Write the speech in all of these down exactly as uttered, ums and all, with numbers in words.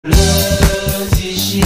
Le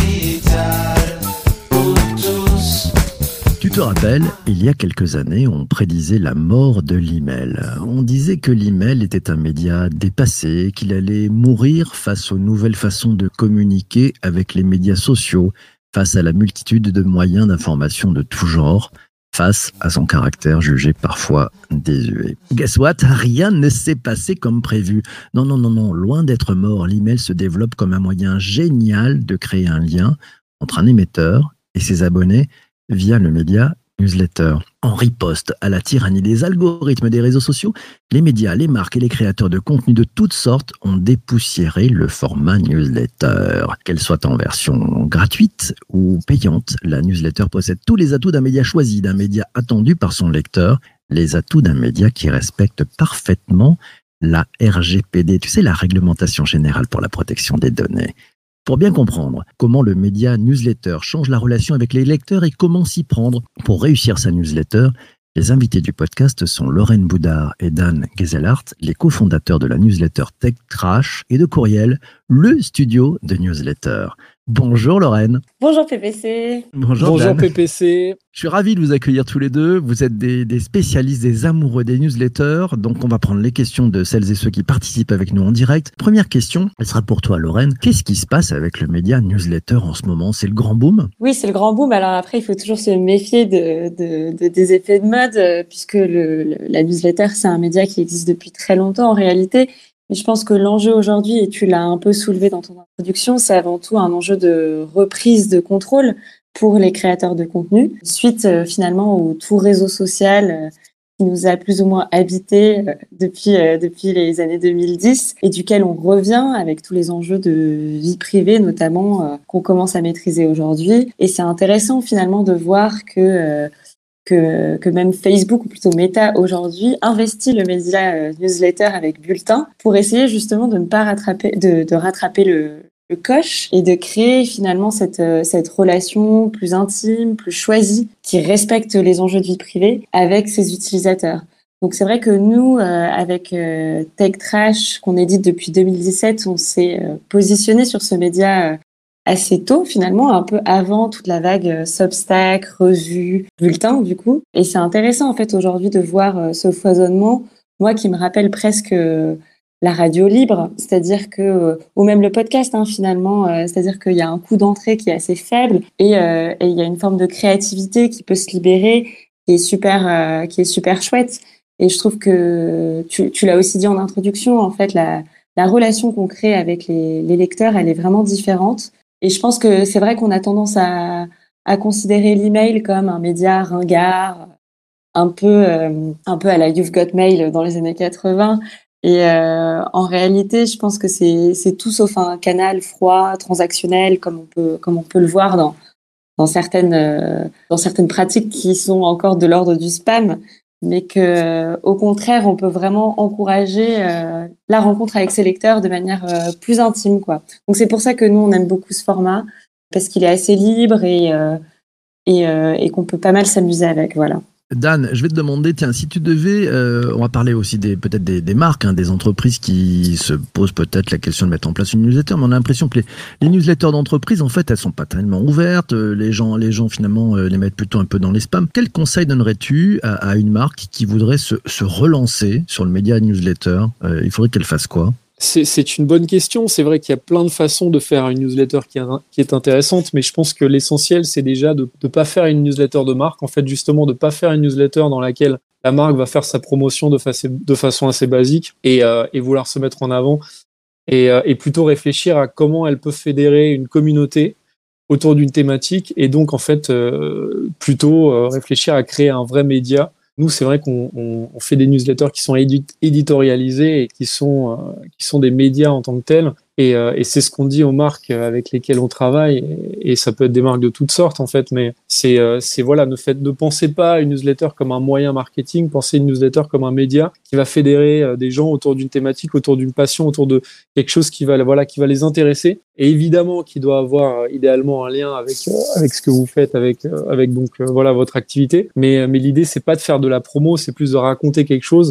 digital pour tous. Tu te rappelles, il y a quelques années, on prédisait la mort de l'email. On disait que l'email était un média dépassé, qu'il allait mourir face aux nouvelles façons de communiquer avec les médias sociaux, face à la multitude de moyens d'information de tout genre, face à son caractère jugé parfois désuet. Guess what? Rien ne s'est passé comme prévu. Non, non, non, non, loin d'être mort, l'email se développe comme un moyen génial de créer un lien entre un émetteur et ses abonnés via le média newsletter. En riposte à la tyrannie des algorithmes des réseaux sociaux, les médias, les marques et les créateurs de contenu de toutes sortes ont dépoussiéré le format newsletter. Qu'elle soit en version gratuite ou payante, la newsletter possède tous les atouts d'un média choisi, d'un média attendu par son lecteur, les atouts d'un média qui respecte parfaitement la R G P D, tu sais, la réglementation générale pour la protection des données. Pour bien comprendre comment le média newsletter change la relation avec les lecteurs et comment s'y prendre pour réussir sa newsletter, les invités du podcast sont Lorraine Boudard et Dan Gezelhardt, les cofondateurs de la newsletter Tech Trash et de Courriel, le studio de newsletter. Bonjour Lorraine. Bonjour P P C. Bonjour, Bonjour Dan. P P C. Je suis ravi de vous accueillir tous les deux. Vous êtes des, des spécialistes, des amoureux des newsletters. Donc, on va prendre les questions de celles et ceux qui participent avec nous en direct. Première question, elle sera pour toi, Lorraine. Qu'est-ce qui se passe avec le média newsletter en ce moment? C'est le grand boom? Oui, c'est le grand boom. Alors après, il faut toujours se méfier de, de, de- des effets de mode, euh, puisque le, le- la newsletter, c'est un média qui existe depuis très longtemps en réalité. Mais je pense que l'enjeu aujourd'hui, et tu l'as un peu soulevé dans ton introduction, c'est avant tout un enjeu de reprise de contrôle pour les créateurs de contenu, suite euh, finalement au tout réseau social euh, qui nous a plus ou moins habité euh, depuis, euh, depuis les années deux mille dix et duquel on revient avec tous les enjeux de vie privée notamment euh, qu'on commence à maîtriser aujourd'hui. Et c'est intéressant finalement de voir que, euh, que, que même Facebook, ou plutôt Meta aujourd'hui, investit le média euh, newsletter avec Bulletin pour essayer justement de ne pas rattraper, de, de rattraper le, le coche et de créer finalement cette, euh, cette relation plus intime, plus choisie, qui respecte les enjeux de vie privée avec ses utilisateurs. Donc c'est vrai que nous, euh, avec euh, Tech Trash, qu'on édite depuis deux mille dix-sept, on s'est euh, positionné sur ce média euh, assez tôt finalement, un peu avant toute la vague euh, Substack, revue, bulletin du coup. Et c'est intéressant en fait aujourd'hui de voir euh, ce foisonnement, moi qui me rappelle presque euh, la radio libre, c'est-à-dire que, euh, ou même le podcast hein, finalement, euh, c'est-à-dire qu'il y a un coût d'entrée qui est assez faible et, euh, et il y a une forme de créativité qui peut se libérer, qui est super, euh, qui est super chouette. Et je trouve que tu, tu l'as aussi dit en introduction, en fait, la, la relation qu'on crée avec les, les lecteurs, elle est vraiment différente. Et je pense que c'est vrai qu'on a tendance à, à considérer l'email comme un média ringard, un peu, euh, un peu à la You've Got Mail dans les années quatre-vingts. Et euh, en réalité, je pense que c'est, c'est tout sauf un canal froid, transactionnel, comme on peut, comme on peut le voir dans, dans certaines, euh, dans certaines pratiques qui sont encore de l'ordre du spam, mais que, au contraire, on peut vraiment encourager euh, la rencontre avec ses lecteurs de manière euh, plus intime, quoi. Donc c'est pour ça que nous on aime beaucoup ce format parce qu'il est assez libre et euh, et, euh, et qu'on peut pas mal s'amuser avec, voilà. Dan, je vais te demander, tiens, si tu devais, euh, on va parler aussi des peut-être des, des marques, hein, des entreprises qui se posent peut-être la question de mettre en place une newsletter, mais on a l'impression que les, les newsletters d'entreprise, en fait, elles sont pas tellement ouvertes. euh, Les gens, les gens finalement euh, les mettent plutôt un peu dans les spams. Quel conseil donnerais-tu à, à une marque qui voudrait se, se relancer sur le média newsletter? Euh, Il faudrait qu'elle fasse quoi? C'est, c'est une bonne question. C'est vrai qu'il y a plein de façons de faire une newsletter qui est, qui est intéressante, mais je pense que l'essentiel, c'est déjà de ne pas faire une newsletter de marque. En fait, justement, de ne pas faire une newsletter dans laquelle la marque va faire sa promotion de, fa- de façon assez basique et, euh, et vouloir se mettre en avant et, euh, et plutôt réfléchir à comment elle peut fédérer une communauté autour d'une thématique et donc, en fait, euh, plutôt euh, réfléchir à créer un vrai média. Nous, c'est vrai qu'on on, on fait des newsletters qui sont édit- éditorialisés et qui sont, euh, qui sont des médias en tant que tels. Et, euh, et c'est ce qu'on dit aux marques avec lesquelles on travaille. Et, et ça peut être des marques de toutes sortes, en fait. Mais c'est, euh, c'est voilà, ne, faites, ne pensez pas à une newsletter comme un moyen marketing. Pensez à une newsletter comme un média qui va fédérer euh, des gens autour d'une thématique, autour d'une passion, autour de quelque chose qui va, voilà, qui va les intéresser. Et évidemment, qui doit avoir euh, idéalement un lien avec, euh, avec ce que vous faites, avec, euh, avec donc, euh, voilà, votre activité. Mais, mais l'idée, c'est pas de faire de la promo, c'est plus de raconter quelque chose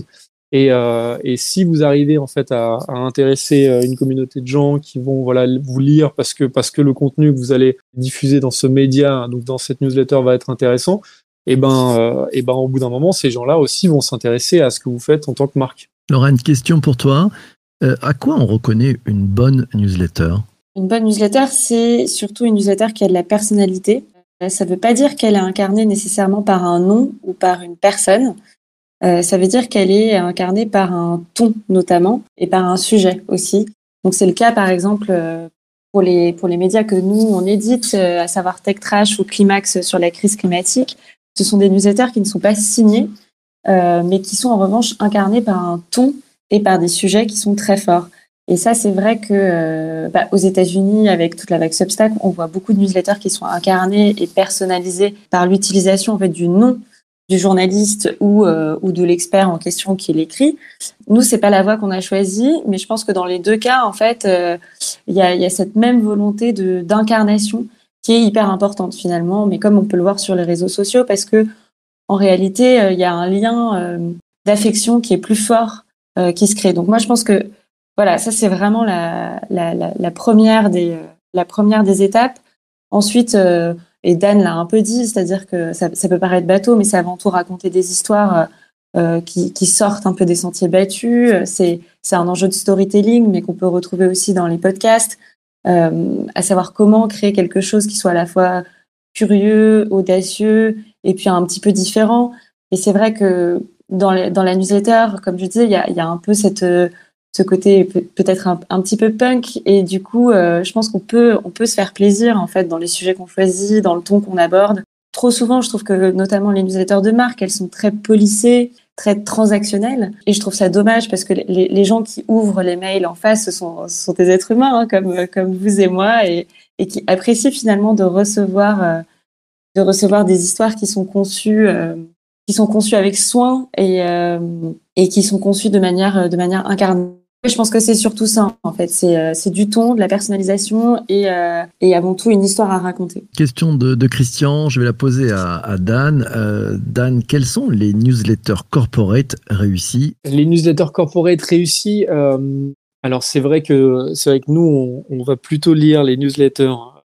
Et, euh, et si vous arrivez en fait à, à intéresser une communauté de gens qui vont voilà vous lire parce que parce que le contenu que vous allez diffuser dans ce média, donc dans cette newsletter, va être intéressant, et ben euh, et ben au bout d'un moment, ces gens-là aussi vont s'intéresser à ce que vous faites en tant que marque. Laura, une question pour toi. Euh, à quoi on reconnaît une bonne newsletter ? Une bonne newsletter, c'est surtout une newsletter qui a de la personnalité. Ça ne veut pas dire qu'elle est incarnée nécessairement par un nom ou par une personne. Euh, ça veut dire qu'elle est incarnée par un ton notamment et par un sujet aussi. Donc c'est le cas par exemple euh, pour les pour les médias que nous on édite, euh, à savoir Tech Trash ou Climax sur la crise climatique. Ce sont des newsletters qui ne sont pas signés, euh, mais qui sont en revanche incarnés par un ton et par des sujets qui sont très forts. Et ça c'est vrai que euh, bah, aux États-Unis avec toute la vague Substack, on voit beaucoup de newsletters qui sont incarnés et personnalisés par l'utilisation en fait du nom du journaliste ou euh, ou de l'expert en question qui l'écrit. Nous, c'est pas la voie qu'on a choisie, mais je pense que dans les deux cas, en fait, il euh, y a il y a cette même volonté de d'incarnation qui est hyper importante finalement, mais comme on peut le voir sur les réseaux sociaux, parce que en réalité, il euh, y a un lien euh, d'affection qui est plus fort euh, qui se crée. Donc moi, je pense que voilà, ça c'est vraiment la la la, la première des euh, la première des étapes. Ensuite euh, et Dan l'a un peu dit, c'est-à-dire que ça, ça peut paraître bateau, mais c'est avant tout raconter des histoires euh, qui, qui sortent un peu des sentiers battus. C'est, c'est un enjeu de storytelling, mais qu'on peut retrouver aussi dans les podcasts, euh, à savoir comment créer quelque chose qui soit à la fois curieux, audacieux, et puis un petit peu différent. Et c'est vrai que dans, les, dans la newsletter, comme je disais, il y a, il y a un peu cette... ce côté peut-être un, un petit peu punk, et du coup euh, je pense qu'on peut on peut se faire plaisir en fait dans les sujets qu'on choisit, dans le ton qu'on aborde. Trop souvent je trouve que notamment les newsletters de marque, elles sont très polissées, très transactionnelles, et je trouve ça dommage parce que les, les gens qui ouvrent les mails en face, ce sont, ce sont des êtres humains hein, comme comme vous et moi, et, et qui apprécient finalement de recevoir euh, de recevoir des histoires qui sont conçues euh, qui sont conçues avec soin et euh, et qui sont conçues de manière de manière incarnée. Je pense que c'est surtout ça, en fait. C'est, euh, c'est du ton, de la personnalisation et, euh, et avant tout une histoire à raconter. Question de, de Christian, je vais la poser à, à Dan. Euh, Dan, quels sont les newsletters corporate réussis ? Les newsletters corporate réussis, euh, alors c'est vrai que c'est vrai que nous, on, on va plutôt lire les newsletters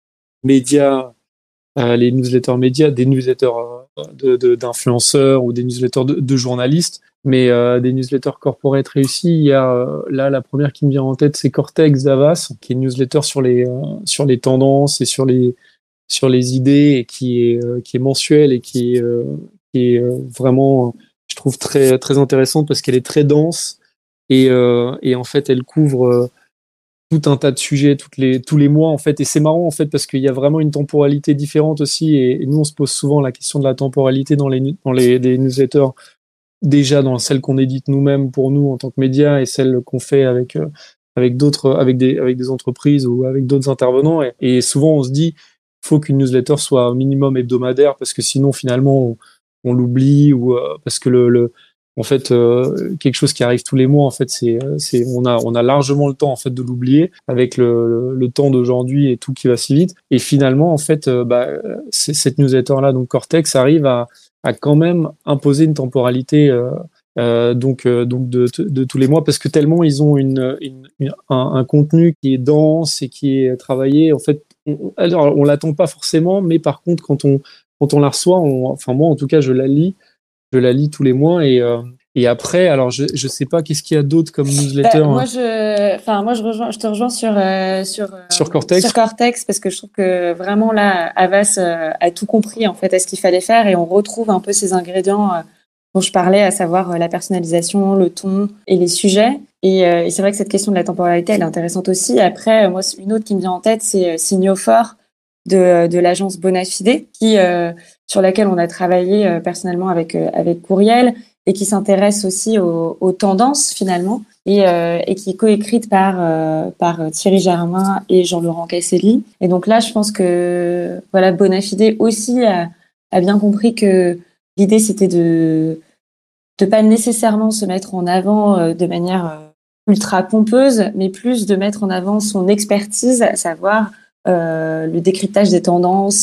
médias, euh, les newsletters médias, des newsletters de, de, d'influenceurs ou des newsletters de, de journalistes. Mais euh, des newsletters corporate réussis, il y a euh, là la première qui me vient en tête, c'est Cortex d'Avas, qui est une newsletter sur les euh, sur les tendances et sur les sur les idées, et qui est euh, qui est mensuelle et qui est euh, qui est euh, vraiment, je trouve très très intéressante parce qu'elle est très dense et euh, et en fait elle couvre euh, tout un tas de sujets toutes les tous les mois en fait, et c'est marrant en fait parce qu'il y a vraiment une temporalité différente aussi, et, et nous on se pose souvent la question de la temporalité dans les dans les, les newsletters, déjà dans celle qu'on édite nous-mêmes pour nous en tant que médias et celle qu'on fait avec euh, avec d'autres avec des avec des entreprises ou avec d'autres intervenants, et, et souvent on se dit faut qu'une newsletter soit au minimum hebdomadaire parce que sinon finalement on, on l'oublie, ou euh, parce que le, le en fait euh, quelque chose qui arrive tous les mois en fait c'est c'est on a on a largement le temps en fait de l'oublier avec le, le, le temps d'aujourd'hui et tout qui va si vite, et finalement en fait euh, bah c'est, cette newsletter là donc Cortex arrive à à quand même imposer une temporalité euh, euh, donc euh, donc de, de, de tous les mois, parce que tellement ils ont une, une, une un, un contenu qui est dense et qui est travaillé. En fait, on, alors on l'attend pas forcément, mais par contre quand on quand on la reçoit, on, enfin moi en tout cas je la lis, je la lis tous les mois, et euh, et après, alors je je sais pas qu'est-ce qu'il y a d'autre comme newsletter. Bah, moi je, enfin moi je rejoins, je te rejoins sur euh, sur euh, sur Cortex. Sur Cortex, parce que je trouve que vraiment là, Havas euh, a tout compris en fait à ce qu'il fallait faire, et on retrouve un peu ces ingrédients euh, dont je parlais, à savoir euh, la personnalisation, le ton et les sujets. Et, euh, et c'est vrai que cette question de la temporalité, elle est intéressante aussi. Après, moi, une autre qui me vient en tête, c'est euh, Signaux Fort de de l'agence Bonafide, qui euh, sur laquelle on a travaillé euh, personnellement avec euh, avec Courriel, et qui s'intéresse aussi aux, aux tendances finalement, et, euh, et qui est coécrite par euh, par Thierry Germain et Jean-Laurent Casselli. Et donc là, je pense que voilà, Bonafide aussi a, a bien compris que l'idée c'était de de pas nécessairement se mettre en avant euh, de manière euh, ultra pompeuse, mais plus de mettre en avant son expertise, à savoir euh, le décryptage des tendances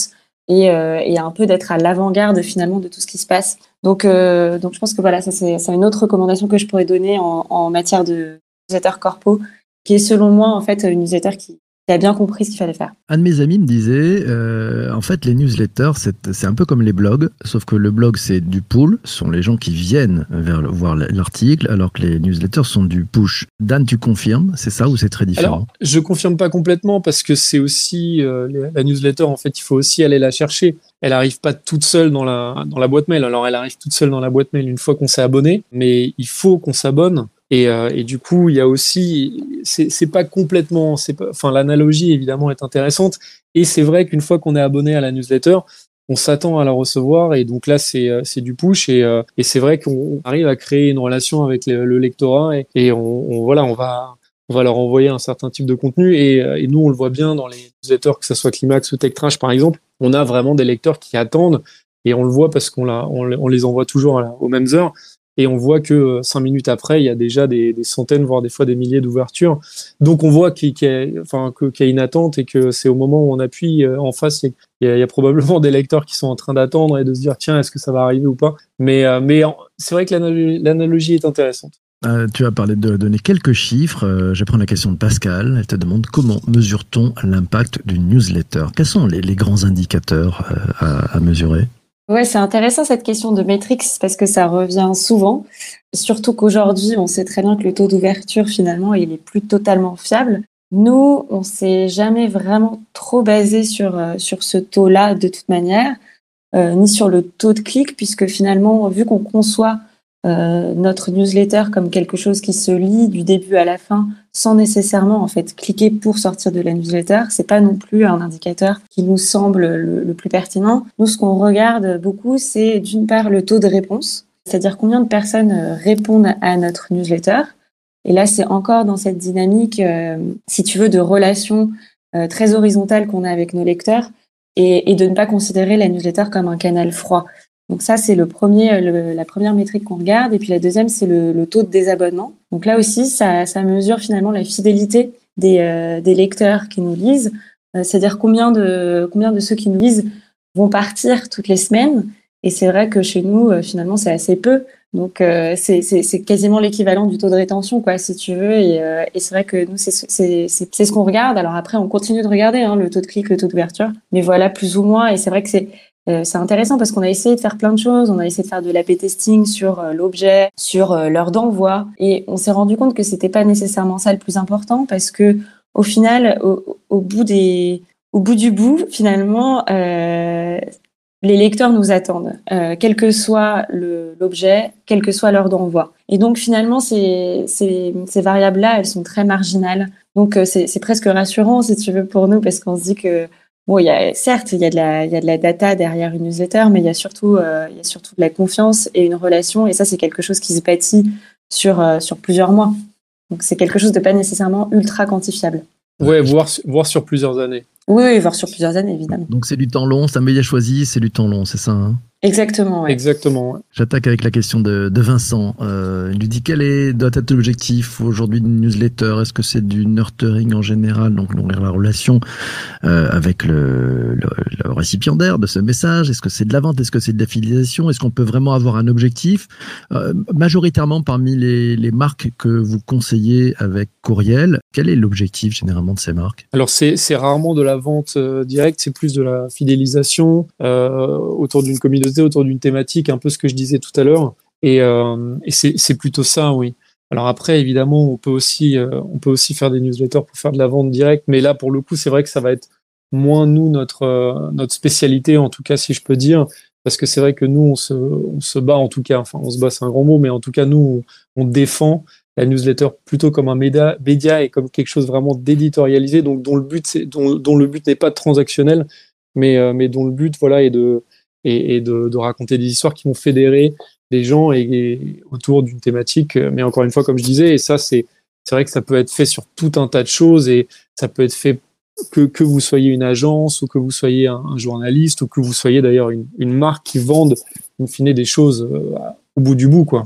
et, euh, et un peu d'être à l'avant-garde finalement de tout ce qui se passe. Donc, euh, donc je pense que voilà, ça c'est, c'est une autre recommandation que je pourrais donner en, en matière de newsletter corpo, qui est selon moi en fait une newsletter qui, qui a bien compris ce qu'il fallait faire. Un de mes amis me disait, euh, en fait, les newsletters, c'est, c'est un peu comme les blogs, sauf que le blog, c'est du pull, ce sont les gens qui viennent vers le, voir l'article, alors que les newsletters sont du push. Dan, tu confirmes, c'est ça ou c'est très différent? Alors, je confirme pas complètement parce que c'est aussi euh, la newsletter, en fait, il faut aussi aller la chercher. Elle arrive pas toute seule dans la dans la boîte mail. Alors, elle arrive toute seule dans la boîte mail une fois qu'on s'est abonné, mais il faut qu'on s'abonne. Et, euh, et du coup, il y a aussi, c'est, c'est pas complètement, c'est pas, enfin, l'analogie évidemment est intéressante. Et c'est vrai qu'une fois qu'on est abonné à la newsletter, on s'attend à la recevoir. Et donc là, c'est, c'est du push. Et, euh, et c'est vrai qu'on arrive à créer une relation avec le, le lectorat. Et, et on, on, voilà, on va, on va leur envoyer un certain type de contenu. Et, et nous, on le voit bien dans les newsletters, que ce soit Climax ou TechTrash, par exemple. On a vraiment des lecteurs qui attendent. Et on le voit parce qu'on l'a, on, on les envoie toujours aux mêmes heures. Et on voit que cinq minutes après, il y a déjà des, des centaines, voire des fois des milliers d'ouvertures. Donc on voit qu'il, qu'il, y a, enfin, que, qu'il y a une attente et que c'est au moment où on appuie en face, il y a, il y a probablement des lecteurs qui sont en train d'attendre et de se dire tiens, est-ce que ça va arriver ou pas. Mais, mais c'est vrai que l'analogie, l'analogie est intéressante. Euh, tu as parlé de donner quelques chiffres. Euh, je vais prendre la question de Pascal. Elle te demande comment mesure-t-on l'impact d'une newsletter? Quels sont les, les grands indicateurs euh, à, à mesurer? Ouais, c'est intéressant cette question de métriques parce que ça revient souvent. Surtout qu'aujourd'hui, on sait très bien que le taux d'ouverture, finalement, il est plus totalement fiable. Nous, on s'est jamais vraiment trop basé sur, euh, sur ce taux-là de toute manière, euh, ni sur le taux de clic, puisque finalement, vu qu'on conçoit euh, notre newsletter comme quelque chose qui se lit du début à la fin, sans nécessairement en fait cliquer pour sortir de la newsletter, c'est pas non plus un indicateur qui nous semble le, le plus pertinent. Nous, ce qu'on regarde beaucoup, c'est d'une part le taux de réponse, c'est-à-dire combien de personnes répondent à notre newsletter. Et là, c'est encore dans cette dynamique, euh, si tu veux, de relation euh, très horizontale qu'on a avec nos lecteurs et, et de ne pas considérer la newsletter comme un canal froid. Donc ça, c'est le premier, le, la première métrique qu'on regarde. Et puis la deuxième, c'est le, le taux de désabonnement. Donc là aussi, ça, ça mesure finalement la fidélité des, euh, des lecteurs qui nous lisent. Euh, c'est-à-dire combien de, combien de ceux qui nous lisent vont partir toutes les semaines. Et c'est vrai que chez nous, euh, finalement, c'est assez peu. Donc euh, c'est, c'est, c'est quasiment l'équivalent du taux de rétention, quoi, si tu veux. Et, euh, et c'est vrai que nous, c'est, c'est, c'est, c'est ce qu'on regarde. Alors après, on continue de regarder hein, le taux de clic, le taux d'ouverture. Mais voilà, plus ou moins. Et c'est vrai que c'est Euh, c'est intéressant parce qu'on a essayé de faire plein de choses. On a essayé de faire de l'A B testing sur euh, l'objet, sur euh, l'heure d'envoi, et on s'est rendu compte que c'était pas nécessairement ça le plus important parce que au final, au, au bout des, au bout du bout, finalement, euh, les lecteurs nous attendent, euh, quel que soit le, l'objet, quelle que soit l'heure d'envoi. Et donc finalement, ces, ces, ces variables-là, elles sont très marginales. Donc euh, c'est, c'est presque rassurant, si tu veux, pour nous, parce qu'on se dit que bon, il y a, certes, il y a de la, il y a de la data derrière une newsletter, mais il y a surtout, euh, il y a surtout de la confiance et une relation. Et ça, c'est quelque chose qui se bâtit sur, euh, sur plusieurs mois. Donc, c'est quelque chose de pas nécessairement ultra quantifiable. Ouais, voire, voire sur plusieurs années. Oui, oui, voire sur plusieurs années, évidemment. Donc, c'est du temps long. C'est un média choisi, c'est du temps long, c'est ça hein? Exactement, ouais. Exactement. Ouais. J'attaque avec la question de, de Vincent. Euh, il lui dit quel est, doit être l'objectif aujourd'hui d'une newsletter? Est-ce que c'est du nurturing en général, donc la relation euh, avec le, le, le récipiendaire de ce message? Est-ce que c'est de la vente? Est-ce que c'est de la fidélisation? Est-ce qu'on peut vraiment avoir un objectif? euh, Majoritairement, parmi les, les marques que vous conseillez avec Courriel, quel est l'objectif généralement de ces marques? Alors, c'est, c'est rarement de la vente euh, directe, c'est plus de la fidélisation euh, autour d'une communauté, autour d'une thématique, un peu ce que je disais tout à l'heure. Et, euh, et c'est, c'est plutôt ça, oui. Alors après, évidemment, on peut aussi, euh, on peut aussi faire des newsletters pour faire de la vente directe, mais là, pour le coup, c'est vrai que ça va être moins nous notre euh, notre spécialité, en tout cas, si je peux dire, parce que c'est vrai que nous, on se on se bat, en tout cas, enfin, on se bat, c'est un grand mot, mais en tout cas, nous, on, on défend la newsletter plutôt comme un média, média et comme quelque chose vraiment d'éditorialisé, donc dont le but, c'est, dont, dont le but n'est pas transactionnel, mais euh, mais dont le but, voilà, est de et, et de, de raconter des histoires qui vont fédérer des gens et, et autour d'une thématique. Mais encore une fois, comme je disais, et ça, c'est, c'est vrai que ça peut être fait sur tout un tas de choses et ça peut être fait que, que vous soyez une agence ou que vous soyez un, un journaliste ou que vous soyez d'ailleurs une, une marque qui vende, in fine, des choses euh, au bout du bout, quoi.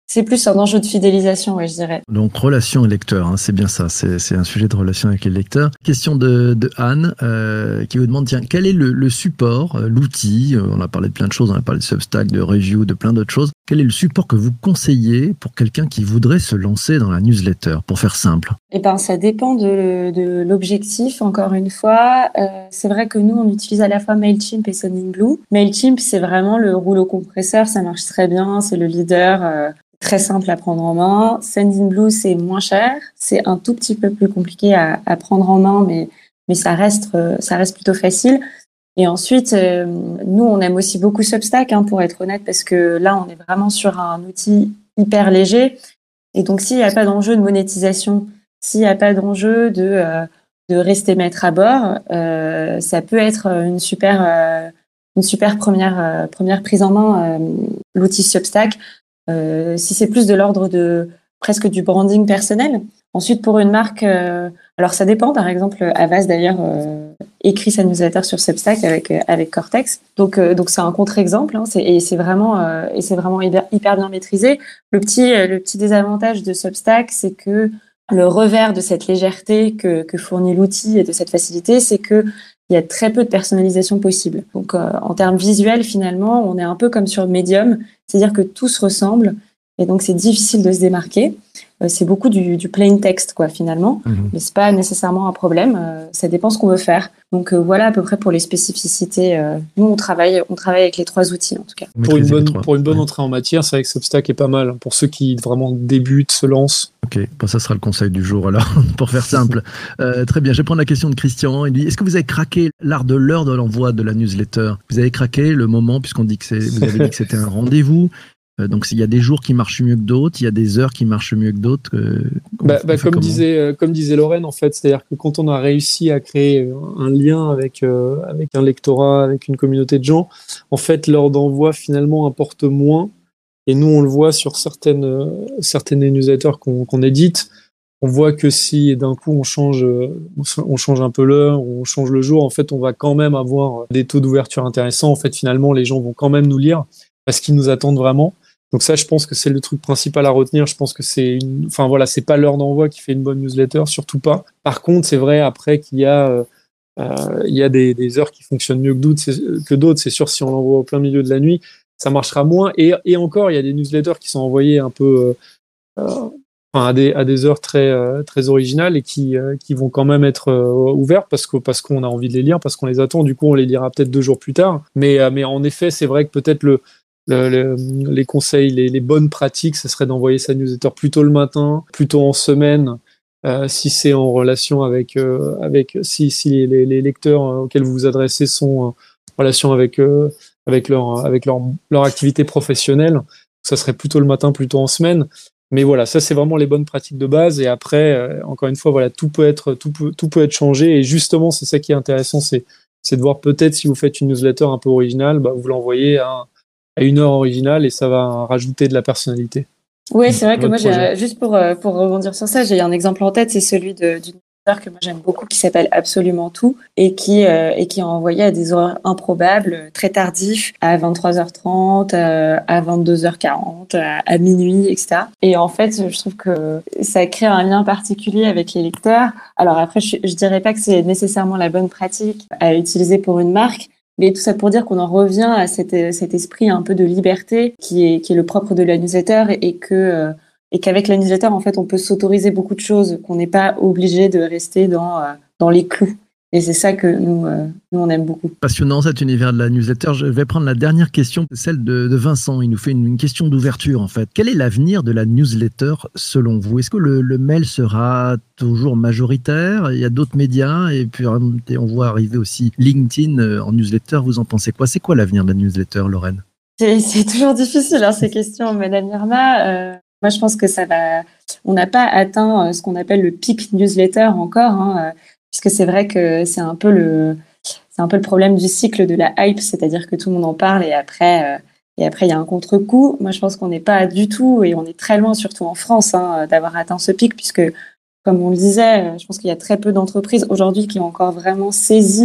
C'est plus un enjeu de fidélisation, ouais, je dirais. Donc, relation lecteur, hein, c'est bien ça, c'est, c'est un sujet de relation avec les lecteurs. Question de, de Anne, euh, qui vous demande, tiens, quel est le, le support, euh, l'outil, euh, on a parlé de plein de choses, on a parlé de Substack, de Review, de plein d'autres choses, quel est le support que vous conseillez pour quelqu'un qui voudrait se lancer dans la newsletter, pour faire simple? Eh ben, ça dépend de, de l'objectif, encore une fois. Euh, c'est vrai que nous, on utilise à la fois MailChimp et Sendinblue. MailChimp, c'est vraiment le rouleau compresseur, ça marche très bien, c'est le leader, euh, très simple à prendre en main. Sendinblue, c'est moins cher, c'est un tout petit peu plus compliqué à, à prendre en main, mais, mais ça reste, euh, ça reste plutôt facile. Et ensuite, euh, nous, on aime aussi beaucoup Substack, hein, pour être honnête, parce que là, on est vraiment sur un outil hyper léger. Et donc, s'il n'y a pas d'enjeu de monétisation, s'il n'y a pas d'enjeu de, euh, de rester maître à bord, euh, ça peut être une super, euh, une super première, euh, première prise en main, euh, l'outil Substack. Euh, si c'est plus de l'ordre de presque du branding personnel. Ensuite, pour une marque, euh, alors ça dépend. Par exemple, Havas d'ailleurs euh, écrit sa newsletter sur Substack avec euh, avec Cortex. Donc euh, donc c'est un contre-exemple, hein, c'est, et c'est vraiment euh, et c'est vraiment hyper, hyper bien maîtrisé. Le petit euh, le petit désavantage de Substack, c'est que le revers de cette légèreté que que fournit l'outil et de cette facilité, c'est que il y a très peu de personnalisation possible. Donc, euh, en termes visuels, finalement, on est un peu comme sur Medium, c'est-à-dire que tout se ressemble, et donc c'est difficile de se démarquer. Euh, c'est beaucoup du, du plain text, quoi, finalement, mmh. mais c'est pas nécessairement un problème. Euh, ça dépend ce qu'on veut faire. Donc euh, voilà à peu près pour les spécificités. Euh, nous, on travaille, on travaille avec les trois outils, en tout cas. Pour une bonne, pour une bonne ouais. entrée en matière, c'est vrai que Substack est pas mal pour ceux qui vraiment débutent, se lancent. Ok, bon, ça sera le conseil du jour alors, pour faire simple. Euh, très bien, je vais prendre la question de Christian. Il dit, est-ce que vous avez craqué l'art de l'heure de l'envoi de la newsletter? Vous avez craqué le moment, puisqu'on dit que c'est, vous avez dit que c'était un rendez-vous. Euh, donc il y a des jours qui marchent mieux que d'autres, il y a des heures qui marchent mieux que d'autres. Euh, bah, bah, comme disait, euh, comme disait Lorraine, en fait, c'est-à-dire que quand on a réussi à créer un lien avec euh, avec un lectorat, avec une communauté de gens, en fait, l'heure d'envoi finalement importe moins. Et nous, on le voit sur certaines euh, certaines newsletters qu'on, qu'on édite. On voit que si d'un coup on change, on change un peu l'heure, on change le jour, en fait, on va quand même avoir des taux d'ouverture intéressants. En fait, finalement, les gens vont quand même nous lire parce qu'ils nous attendent vraiment. Donc ça, je pense que c'est le truc principal à retenir. Je pense que c'est une, enfin voilà, c'est pas l'heure d'envoi qui fait une bonne newsletter, surtout pas. Par contre, c'est vrai après qu'il y a, euh, euh, il y a des, des heures qui fonctionnent mieux que d'autres. C'est, que d'autres. C'est sûr, si on l'envoie au plein milieu de la nuit, ça marchera moins. Et, et encore, il y a des newsletters qui sont envoyées un peu, euh, enfin, à des, à des heures très, euh, très originales et qui, euh, qui vont quand même être euh, ouvertes parce que, parce qu'on a envie de les lire, parce qu'on les attend. Du coup, on les lira peut-être deux jours plus tard. Mais, euh, mais en effet, c'est vrai que peut-être le Le, le, les conseils, les, les bonnes pratiques, ce serait d'envoyer sa newsletter plutôt le matin, plutôt en semaine, euh, si c'est en relation avec, euh, avec si, si les, les lecteurs auxquels vous vous adressez sont en relation avec, euh, avec, leur, avec leur, leur activité professionnelle, ça serait plutôt le matin, plutôt en semaine. Mais voilà, ça c'est vraiment les bonnes pratiques de base. Et après, euh, encore une fois, voilà, tout peut être, tout peut, tout peut être changé. Et justement, c'est ça qui est intéressant, c'est, c'est de voir peut-être si vous faites une newsletter un peu originale, bah, vous l'envoyez à à une heure originale et ça va rajouter de la personnalité. Oui, c'est vrai que moi, j'ai, juste pour, pour rebondir sur ça, j'ai un exemple en tête, c'est celui de, d'une newsletter que moi j'aime beaucoup qui s'appelle Absolument Tout et qui, euh, et qui est envoyé à des horaires improbables, très tardifs, à vingt-trois heures trente, euh, à vingt-deux heures quarante, à, à minuit, et cetera. Et en fait, je trouve que ça crée un lien particulier avec les lecteurs. Alors après, je, je dirais pas que c'est nécessairement la bonne pratique à utiliser pour une marque, mais tout ça pour dire qu'on en revient à cet, cet esprit un peu de liberté qui est, qui est le propre de la newsletter et que, euh, et qu'avec la newsletter, en fait, on peut s'autoriser beaucoup de choses, qu'on n'est pas obligé de rester dans, euh, dans les clous. Et c'est ça que nous, euh, nous, on aime beaucoup. Passionnant cet univers de la newsletter. Je vais prendre la dernière question, celle de, de Vincent. Il nous fait une, une question d'ouverture, en fait. Quel est l'avenir de la newsletter, selon vous? Est-ce que le, le mail sera toujours majoritaire? Il y a d'autres médias, et puis on voit arriver aussi LinkedIn en newsletter. Vous en pensez quoi? C'est quoi l'avenir de la newsletter, Lorraine? C'est, c'est toujours difficile, hein, ces questions, Madame Irma. Euh, moi, je pense que ça va... On n'a pas atteint ce qu'on appelle le pic newsletter encore, hein, puisque c'est vrai que c'est un peu le, c'est un peu le problème du cycle de la hype, c'est-à-dire que tout le monde en parle et après, euh, et après il y a un contre-coup. Moi, je pense qu'on n'est pas du tout, et on est très loin, surtout en France, hein, d'avoir atteint ce pic, puisque, comme on le disait, je pense qu'il y a très peu d'entreprises aujourd'hui qui ont encore vraiment saisi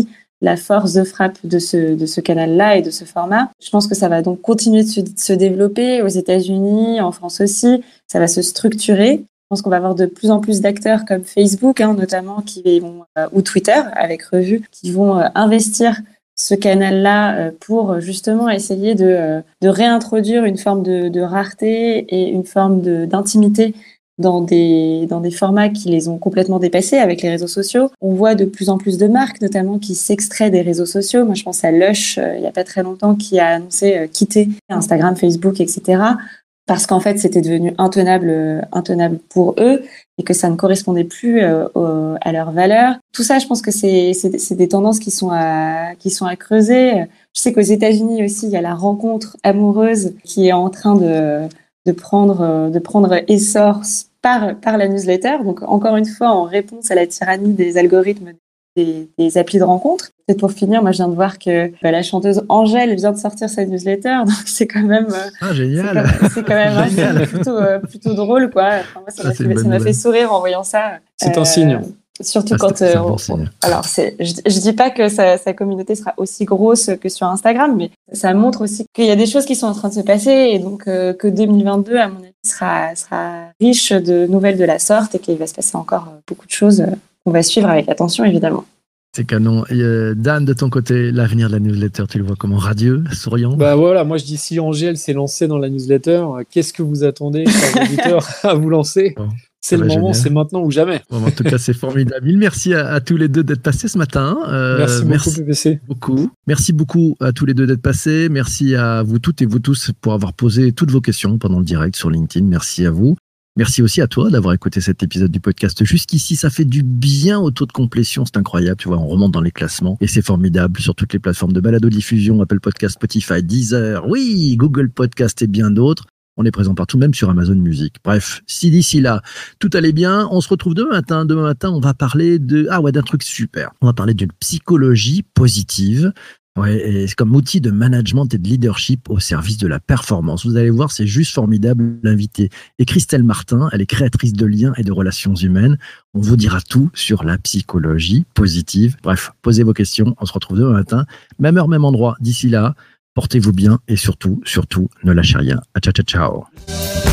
la force de frappe de ce, de ce canal-là et de ce format. Je pense que ça va donc continuer de se, de se développer aux États-Unis, en France aussi. Ça va se structurer. Je pense qu'on va avoir de plus en plus d'acteurs comme Facebook, hein, notamment, qui vont, euh, ou Twitter, avec Revue, qui vont euh, investir ce canal-là euh, pour justement essayer de, euh, de réintroduire une forme de, de rareté et une forme de, d'intimité dans des, dans des formats qui les ont complètement dépassés avec les réseaux sociaux. On voit de plus en plus de marques, notamment, qui s'extraient des réseaux sociaux. Moi, je pense à Lush, euh, il n'y a pas très longtemps, qui a annoncé euh, quitter Instagram, Facebook, et cetera, parce qu'en fait, c'était devenu intenable, euh, intenable pour eux et que ça ne correspondait plus euh, au, à leurs valeurs. Tout ça, je pense que c'est, c'est, c'est des tendances qui sont à, qui sont à creuser. Je sais qu'aux États-Unis aussi, il y a la rencontre amoureuse qui est en train de, de prendre, de prendre essor par, par la newsletter. Donc, encore une fois, en réponse à la tyrannie des algorithmes des, des applis de rencontre. Peut-être pour finir, moi, je viens de voir que bah, la chanteuse Angèle vient de sortir sa newsletter. Donc, c'est quand même... Euh, ah, génial. C'est quand même, c'est quand même génial. plutôt, euh, plutôt drôle, quoi. Enfin, moi, ça, ah, m'a, fait, ça m'a fait sourire en voyant ça. C'est euh, un signe. Surtout ah, quand... C'est, c'est euh, bon on, alors, c'est, je, je dis pas que sa, sa communauté sera aussi grosse que sur Instagram, mais ça montre aussi qu'il y a des choses qui sont en train de se passer et donc euh, que deux mille vingt-deux, à mon avis, sera, sera riche de nouvelles de la sorte et qu'il va se passer encore beaucoup de choses euh, qu'on va suivre avec attention, évidemment. C'est canon. Et euh, Dan, de ton côté, l'avenir de la newsletter, tu le vois comment? Radieux, souriant? Bah voilà, moi je dis si Angèle s'est lancée dans la newsletter, qu'est-ce que vous attendez, chers auditeurs, à vous lancer? Bon, c'est le moment, génial. C'est maintenant ou jamais. Bon, en tout cas, c'est formidable. Mille merci à, à tous les deux d'être passés ce matin. Euh, merci beaucoup, merci P P C. Beaucoup. Merci beaucoup à tous les deux d'être passés. Merci à vous toutes et vous tous pour avoir posé toutes vos questions pendant le direct sur LinkedIn. Merci à vous. Merci aussi à toi d'avoir écouté cet épisode du podcast jusqu'ici. Ça fait du bien au taux de complétion. C'est incroyable. Tu vois, on remonte dans les classements et c'est formidable sur toutes les plateformes de balado-diffusion, Apple Podcast, Spotify, Deezer, oui, Google Podcast et bien d'autres. On est présent partout, même sur Amazon Music. Bref, si d'ici là, tout allait bien, on se retrouve demain matin. Demain matin, on va parler de, ah ouais, d'un truc super. On va parler d'une psychologie positive. Ouais, et c'est comme outil de management et de leadership au service de la performance. Vous allez voir, c'est juste formidable. L'invité est Christelle Martin, elle est créatrice de liens et de relations humaines. On vous dira tout sur la psychologie positive. Bref, posez vos questions, on se retrouve demain matin. Même heure, même endroit. D'ici là, portez-vous bien et surtout, surtout, ne lâchez rien. Ciao, ciao, ciao.